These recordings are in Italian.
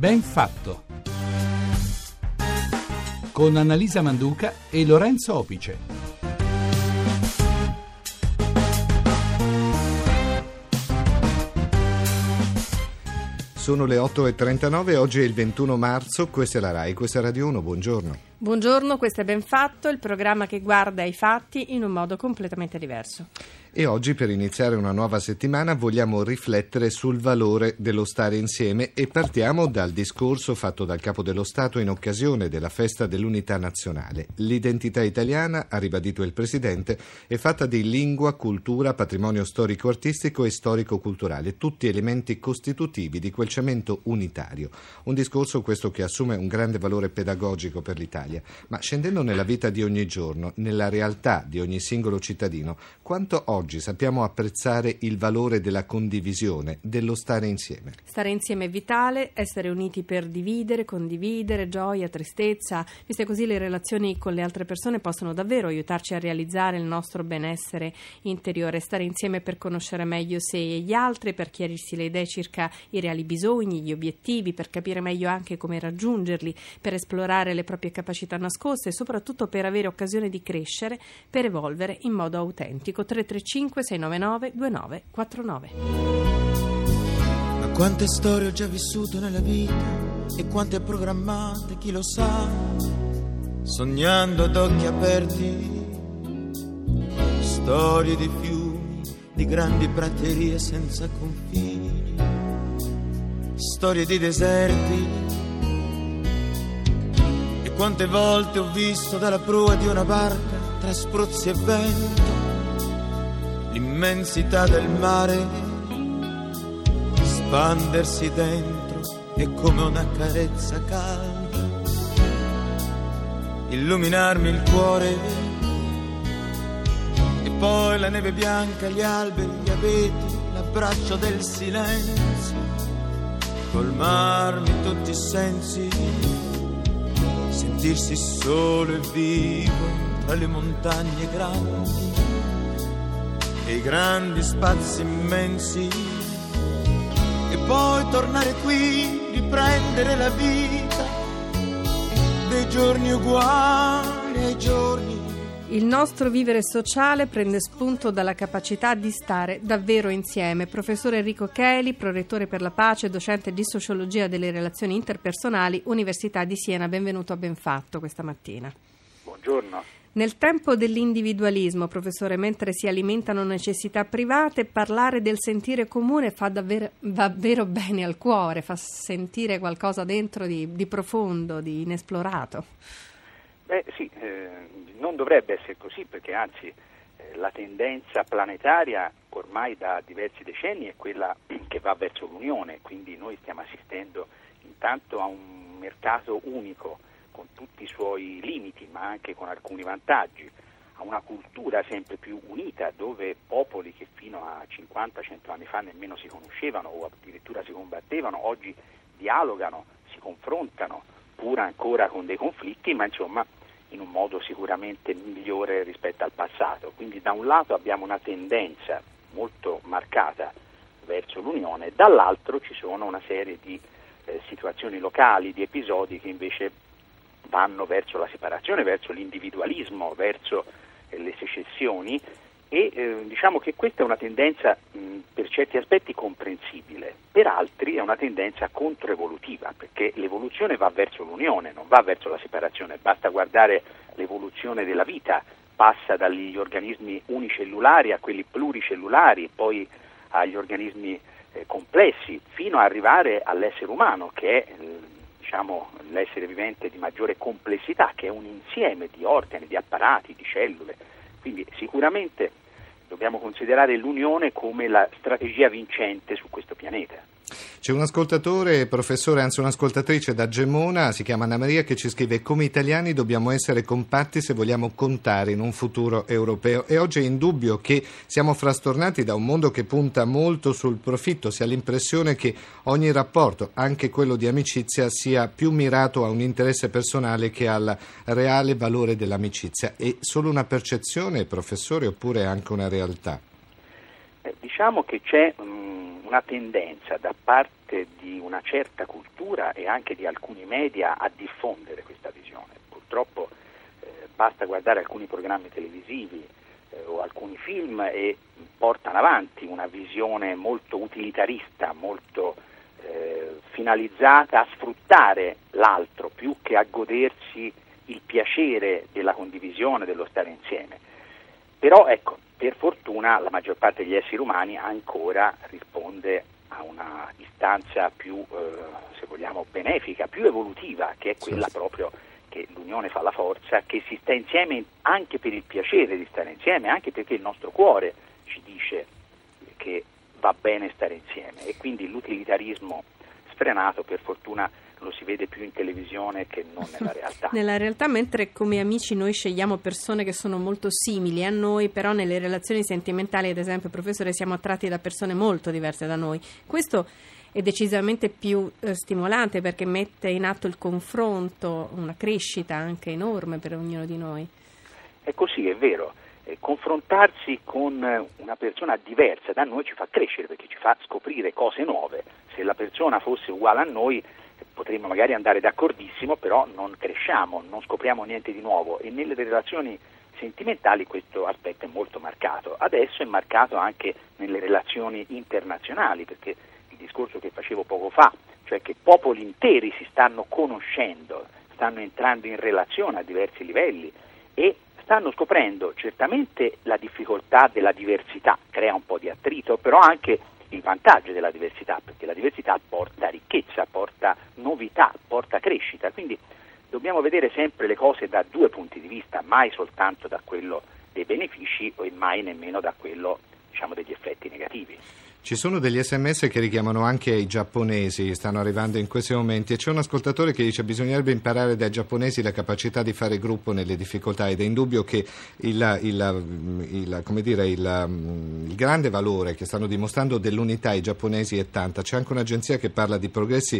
Ben fatto, con Annalisa Manduca e Lorenzo Opice. Sono le 8:39, oggi è il 21 marzo, questa è la RAI, questa è Radio 1, buongiorno. Buongiorno, questo è Ben fatto, il programma che guarda i fatti in un modo completamente diverso. E oggi, per iniziare una nuova settimana, vogliamo riflettere sul valore dello stare insieme e partiamo dal discorso fatto dal Capo dello Stato in occasione della Festa dell'Unità Nazionale. L'identità italiana, ha ribadito il Presidente, è fatta di lingua, cultura, patrimonio storico-artistico e storico-culturale, tutti elementi costitutivi di quel cemento unitario. Un discorso questo che assume un grande valore pedagogico per l'Italia, ma scendendo nella vita di ogni giorno, nella realtà di ogni singolo cittadino, quanto oggi sappiamo apprezzare il valore della condivisione, dello stare insieme. Stare insieme è vitale, essere uniti per dividere, condividere, gioia, tristezza. Viste così, le relazioni con le altre persone possono davvero aiutarci a realizzare il nostro benessere interiore. Stare insieme per conoscere meglio sé e gli altri, per chiarirsi le idee circa i reali bisogni, gli obiettivi, per capire meglio anche come raggiungerli, per esplorare le proprie capacità nascoste e soprattutto per avere occasione di crescere, per evolvere in modo autentico. 335 699 2949. Ma quante storie ho già vissuto nella vita e quante programmate, chi lo sa, sognando ad occhi aperti, storie di fiumi, di grandi praterie senza confini, storie di deserti. E quante volte ho visto dalla prua di una barca, tra spruzzi e vento, l'immensità del mare spandersi dentro e come una carezza calda illuminarmi il cuore, e poi la neve bianca, gli alberi, gli abeti, l'abbraccio del silenzio, colmarmi tutti i sensi, sentirsi solo e vivo tra le montagne grandi e i grandi spazi immensi, e poi tornare qui, riprendere la vita dei giorni uguali ai giorni. Il nostro vivere sociale prende spunto dalla capacità di stare davvero insieme. Professor Enrico Cheli, prorettore per la pace, docente di sociologia delle relazioni interpersonali, Università di Siena. Benvenuto a Ben fatto questa mattina. Buongiorno. Nel tempo dell'individualismo, professore, mentre si alimentano necessità private, parlare del sentire comune fa davvero bene al cuore, fa sentire qualcosa dentro di profondo, di inesplorato. Beh sì, non dovrebbe essere così, perché anzi la tendenza planetaria ormai da diversi decenni è quella che va verso l'unione, quindi noi stiamo assistendo intanto a un mercato unico, con tutti i suoi limiti, ma anche con alcuni vantaggi, a una cultura sempre più unita, dove popoli che fino a 50-100 anni fa nemmeno si conoscevano o addirittura si combattevano, oggi dialogano, si confrontano, pur ancora con dei conflitti, ma insomma in un modo sicuramente migliore rispetto al passato. Quindi da un lato abbiamo una tendenza molto marcata verso l'unione, dall'altro ci sono una serie di situazioni locali, di episodi che invece vanno verso la separazione, verso l'individualismo, verso le secessioni, e diciamo che questa è una tendenza per certi aspetti comprensibile, per altri è una tendenza controevolutiva, perché l'evoluzione va verso l'unione, non va verso la separazione. Basta guardare l'evoluzione della vita, passa dagli organismi unicellulari a quelli pluricellulari, poi agli organismi complessi, fino ad arrivare all'essere umano, che è l'essere vivente di maggiore complessità, che è un insieme di organi, di apparati, di cellule. Quindi sicuramente dobbiamo considerare l'unione come la strategia vincente su questo pianeta. C'è un ascoltatore, professore, anzi un'ascoltatrice da Gemona, si chiama Anna Maria, che ci scrive: come italiani dobbiamo essere compatti se vogliamo contare in un futuro europeo. E oggi è indubbio che siamo frastornati da un mondo che punta molto sul profitto, si ha l'impressione che ogni rapporto, anche quello di amicizia, sia più mirato a un interesse personale che al reale valore dell'amicizia. È solo una percezione, professore, oppure anche una realtà? Diciamo che c'è una tendenza da parte di una certa cultura e anche di alcuni media a diffondere questa visione. Purtroppo basta guardare alcuni programmi televisivi o alcuni film e portano avanti una visione molto utilitarista, molto finalizzata a sfruttare l'altro più che a godersi il piacere della condivisione, dello stare insieme. Però ecco, per fortuna la maggior parte degli esseri umani ancora risponde a una istanza più, se vogliamo, benefica, più evolutiva, che è quella proprio che l'unione fa la forza, che si sta insieme anche per il piacere di stare insieme, anche perché il nostro cuore ci dice che va bene stare insieme, e quindi l'utilitarismo sfrenato per fortuna lo si vede più in televisione che non nella realtà. Nella realtà, mentre come amici noi scegliamo persone che sono molto simili a noi, però nelle relazioni sentimentali, ad esempio, professore, siamo attratti da persone molto diverse da noi. Questo è decisamente più stimolante, perché mette in atto il confronto, una crescita anche enorme per ognuno di noi. È così, è vero. Confrontarsi con una persona diversa da noi ci fa crescere, perché ci fa scoprire cose nuove. Se la persona fosse uguale a noi potremmo magari andare d'accordissimo, però non cresciamo, non scopriamo niente di nuovo, e nelle relazioni sentimentali questo aspetto è molto marcato. Adesso è marcato anche nelle relazioni internazionali, perché il discorso che facevo poco fa, cioè che popoli interi si stanno conoscendo, stanno entrando in relazione a diversi livelli e stanno scoprendo certamente la difficoltà della diversità, crea un po' di attrito, però anche il vantaggio della diversità, perché la diversità porta ricchezza, porta novità, porta crescita, quindi dobbiamo vedere sempre le cose da due punti di vista, mai soltanto da quello dei benefici e mai nemmeno da quello, diciamo, degli effetti negativi. Ci sono degli SMS che richiamano anche i giapponesi, stanno arrivando in questi momenti, e c'è un ascoltatore che dice: bisognerebbe imparare dai giapponesi la capacità di fare gruppo nelle difficoltà, ed è indubbio che il grande valore che stanno dimostrando dell'unità i giapponesi è tanta. C'è anche un'agenzia che parla di progressi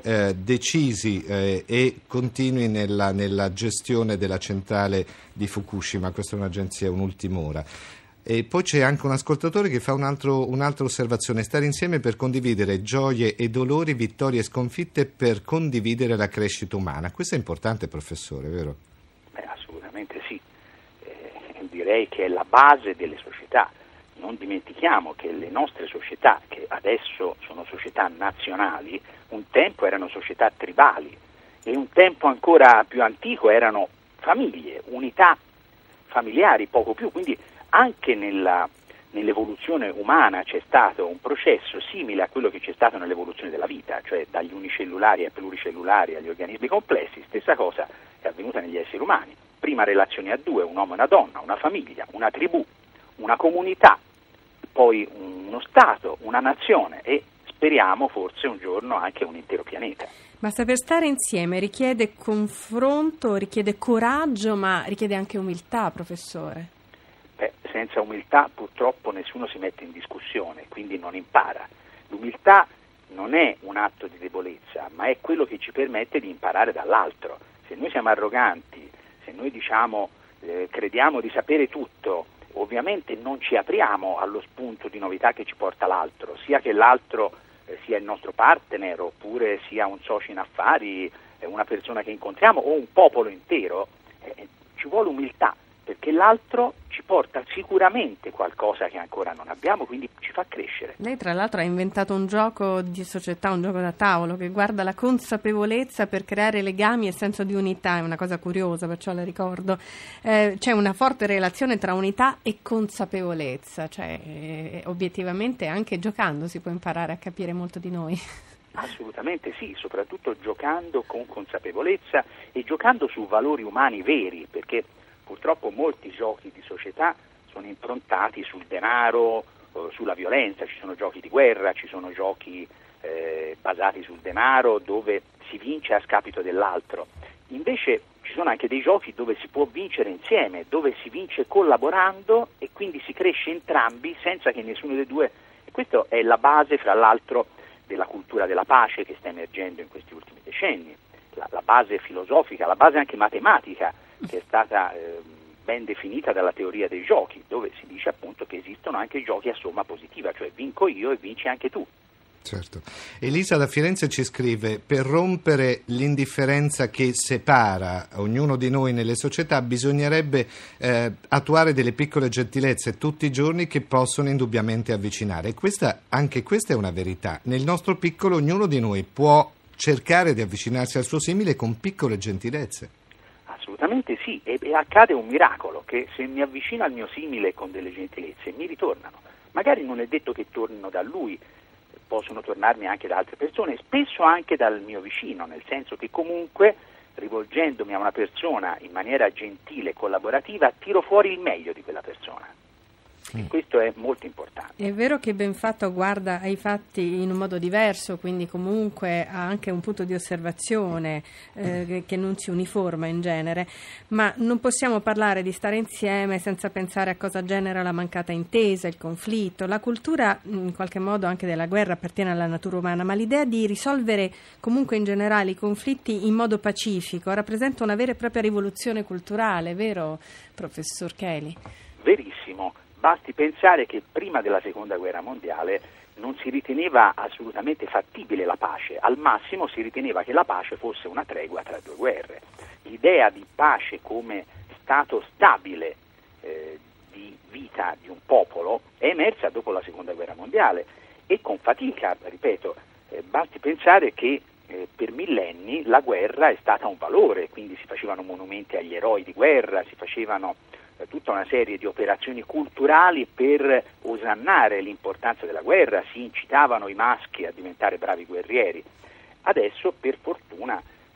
decisi e continui nella gestione della centrale di Fukushima. Questa è un'agenzia, un'ultim'ora. E poi c'è anche un ascoltatore che fa un'altra osservazione: stare insieme per condividere gioie e dolori, vittorie e sconfitte, per condividere la crescita umana. Questo è importante, professore, vero? Assolutamente sì, direi che è la base delle società. Non dimentichiamo che le nostre società, che adesso sono società nazionali, un tempo erano società tribali, e un tempo ancora più antico erano famiglie, unità familiari, poco più, quindi anche nell'evoluzione umana c'è stato un processo simile a quello che c'è stato nell'evoluzione della vita, cioè dagli unicellulari ai pluricellulari agli organismi complessi. Stessa cosa è avvenuta negli esseri umani. Prima relazioni a due, un uomo e una donna, una famiglia, una tribù, una comunità, poi uno Stato, una nazione, e speriamo forse un giorno anche un intero pianeta. Ma saper stare insieme richiede confronto, richiede coraggio, ma richiede anche umiltà, professore. Senza umiltà purtroppo nessuno si mette in discussione, quindi non impara. L'umiltà non è un atto di debolezza, ma è quello che ci permette di imparare dall'altro. Se noi siamo arroganti, se noi crediamo di sapere tutto, ovviamente non ci apriamo allo spunto di novità che ci porta l'altro, sia che l'altro sia il nostro partner, oppure sia un socio in affari, una persona che incontriamo o un popolo intero. Ci vuole umiltà, perché l'altro ci porta sicuramente qualcosa che ancora non abbiamo, quindi ci fa crescere. Lei tra l'altro ha inventato un gioco di società, un gioco da tavolo che guarda la consapevolezza per creare legami e senso di unità. È una cosa curiosa, perciò la ricordo. C'è una forte relazione tra unità e consapevolezza, cioè obiettivamente anche giocando si può imparare a capire molto di noi. Assolutamente sì, soprattutto giocando con consapevolezza e giocando su valori umani veri, perché purtroppo molti giochi di società sono improntati sul denaro, sulla violenza. Ci sono giochi di guerra, ci sono giochi basati sul denaro, dove si vince a scapito dell'altro. Invece ci sono anche dei giochi dove si può vincere insieme, dove si vince collaborando e quindi si cresce entrambi senza che nessuno dei due... E questa è la base, fra l'altro, della cultura della pace che sta emergendo in questi ultimi decenni, la base filosofica, la base anche matematica, che è stata ben definita dalla teoria dei giochi, dove si dice appunto che esiste esistono anche giochi a somma positiva, cioè vinco io e vinci anche tu. Certo. Elisa da Firenze ci scrive: per rompere l'indifferenza che separa ognuno di noi nelle società bisognerebbe attuare delle piccole gentilezze tutti i giorni che possono indubbiamente avvicinare. Anche questa è una verità. Nel nostro piccolo ognuno di noi può cercare di avvicinarsi al suo simile con piccole gentilezze. Assolutamente sì, e accade un miracolo, che se mi avvicino al mio simile con delle gentilezze mi ritornano. Magari non è detto che tornino da lui, possono tornarmi anche da altre persone, spesso anche dal mio vicino, nel senso che comunque rivolgendomi a una persona in maniera gentile e collaborativa tiro fuori il meglio di quella persona. Questo è molto importante. È vero che Benfatto guarda ai fatti in un modo diverso, quindi comunque ha anche un punto di osservazione che non si uniforma in genere, ma non possiamo parlare di stare insieme senza pensare a cosa genera la mancata intesa, il conflitto. La cultura in qualche modo anche della guerra appartiene alla natura umana, ma l'idea di risolvere comunque in generale i conflitti in modo pacifico rappresenta una vera e propria rivoluzione culturale, vero professor Cheli? Verissimo. Basti pensare che prima della Seconda Guerra Mondiale non si riteneva assolutamente fattibile la pace, al massimo si riteneva che la pace fosse una tregua tra due guerre. L'idea di pace come stato stabile di vita di un popolo è emersa dopo la Seconda Guerra Mondiale e con fatica, ripeto, basti pensare che per millenni la guerra è stata un valore, quindi si facevano monumenti agli eroi di guerra, si facevano tutta una serie di operazioni culturali per osannare l'importanza della guerra, si incitavano i maschi a diventare bravi guerrieri. Adesso, per fortuna,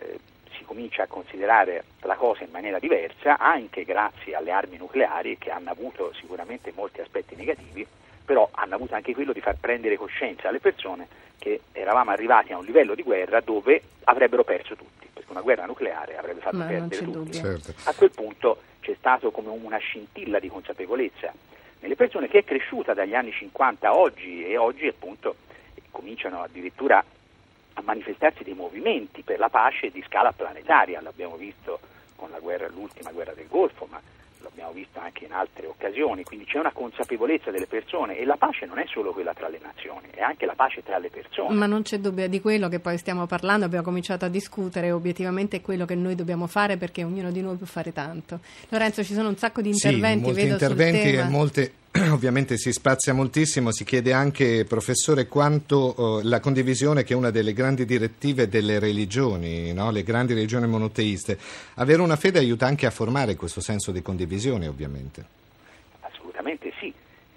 si comincia a considerare la cosa in maniera diversa, anche grazie alle armi nucleari, che hanno avuto sicuramente molti aspetti negativi, però hanno avuto anche quello di far prendere coscienza alle persone che eravamo arrivati a un livello di guerra dove avrebbero perso tutti, perché una guerra nucleare avrebbe fatto perdere tutti. Certo. A quel punto c'è stato come una scintilla di consapevolezza nelle persone che è cresciuta dagli anni 50 a oggi, e oggi appunto cominciano addirittura a manifestarsi dei movimenti per la pace di scala planetaria. L'abbiamo visto con l'ultima guerra del Golfo, ma l'abbiamo visto anche in altre occasioni, quindi c'è una consapevolezza delle persone, e la pace non è solo quella tra le nazioni, è anche la pace tra le persone. Ma non c'è dubbio di quello che poi stiamo parlando, abbiamo cominciato a discutere, obiettivamente è quello che noi dobbiamo fare, perché ognuno di noi può fare tanto. Lorenzo, ci sono un sacco di interventi, molti vedo interventi sul tema. E molte. Ovviamente si spazia moltissimo, si chiede anche, professore, quanto la condivisione, che è una delle grandi direttive delle religioni, no? Le grandi religioni monoteiste, avere una fede aiuta anche a formare questo senso di condivisione, ovviamente. Assolutamente sì,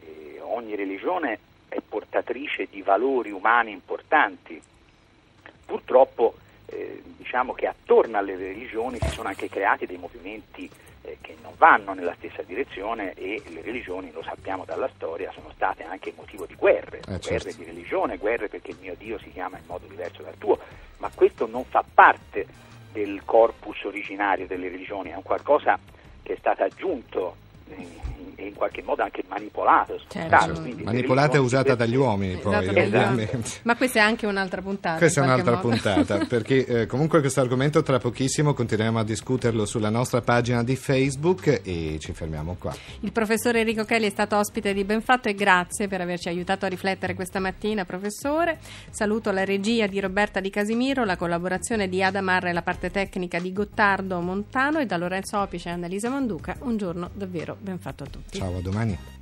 ogni religione è portatrice di valori umani importanti. Purtroppo diciamo che attorno alle religioni si sono anche creati dei movimenti che non vanno nella stessa direzione, e le religioni, lo sappiamo dalla storia, sono state anche motivo di guerre, guerre di religione, guerre perché il mio Dio si chiama in modo diverso dal tuo, ma questo non fa parte del corpus originario delle religioni, è un qualcosa che è stato aggiunto e in qualche modo anche manipolato. Certo. Manipolata e usata dagli uomini, poi, ovviamente. Ma questa è anche un'altra puntata. Questa è un'altra puntata, perché comunque questo argomento tra pochissimo continueremo a discuterlo sulla nostra pagina di Facebook, e ci fermiamo qua. Il professore Enrico Cheli è stato ospite di Benfatto, e grazie per averci aiutato a riflettere questa mattina, professore. Saluto la regia di Roberta Di Casimiro, la collaborazione di Ada Marra e la parte tecnica di Gottardo Montano, e da Lorenzo Opice e Annalisa Manduca. Un giorno davvero ben fatto a tutti. Ciao, a domani.